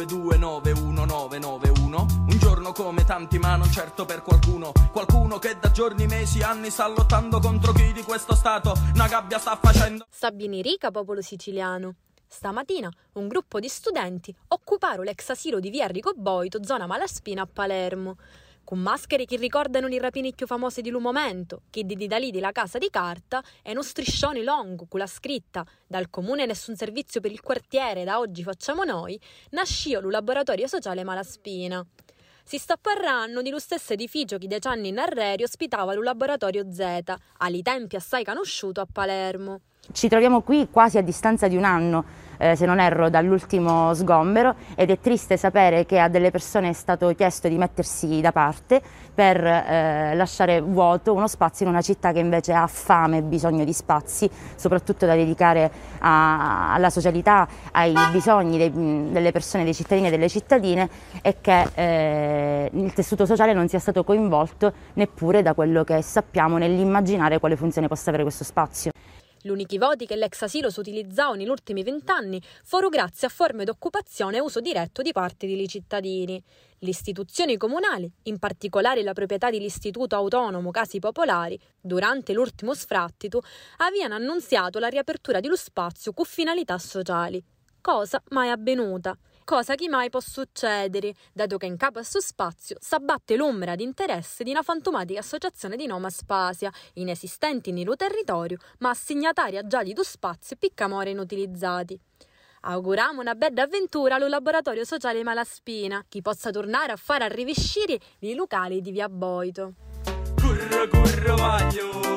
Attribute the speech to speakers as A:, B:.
A: 392-91991. Un giorno come tanti ma non certo per qualcuno che da giorni, mesi, anni sta lottando contro chi di questo stato una gabbia sta facendo.
B: Sabini Rica, popolo siciliano. Stamattina un gruppo di studenti occuparono l'ex asilo di via Enrico Boito, zona Malaspina a Palermo, con maschere che ricordano i rapini più famosi di un momento, che di da lì di la casa di carta e uno striscione lungo con la scritta «Dal comune nessun servizio per il quartiere, da oggi facciamo noi», nasció lo laboratorio sociale Malaspina. Si sta parlando di lo stesso edificio che 10 anni in arrerio ospitava lo laboratorio Z, ai tempi assai conosciuto a Palermo.
C: Ci troviamo qui quasi a distanza di un anno, se non erro, dall'ultimo sgombero, ed è triste sapere che a delle persone è stato chiesto di mettersi da parte per lasciare vuoto uno spazio in una città che invece ha fame e bisogno di spazi, soprattutto da dedicare alla socialità, ai bisogni delle persone, dei cittadini e delle cittadine, e che il tessuto sociale non sia stato coinvolto neppure da quello che sappiamo nell'immaginare quale funzione possa avere questo spazio.
B: Gli unici voti che l'ex asilo si utilizzava negli ultimi 20 anni furono grazie a forme di occupazione e uso diretto di parte dei cittadini. Le istituzioni comunali, in particolare la proprietà dell'Istituto Autonomo Casi Popolari, durante l'ultimo sfrattito, avevano annunziato la riapertura dello spazio con finalità sociali, cosa mai avvenuta. Cosa che mai può succedere, dato che in capo a questo spazio s'abbatte l'ombra di interesse di una fantomatica associazione di nome Aspasia, inesistenti nel territorio, ma assegnataria già di due spazi piccamore inutilizzati. Auguriamo una bella avventura allo laboratorio sociale Malaspina, che possa tornare a fare arriviscire i locali di via Boito.
A: Curro curro vaglio.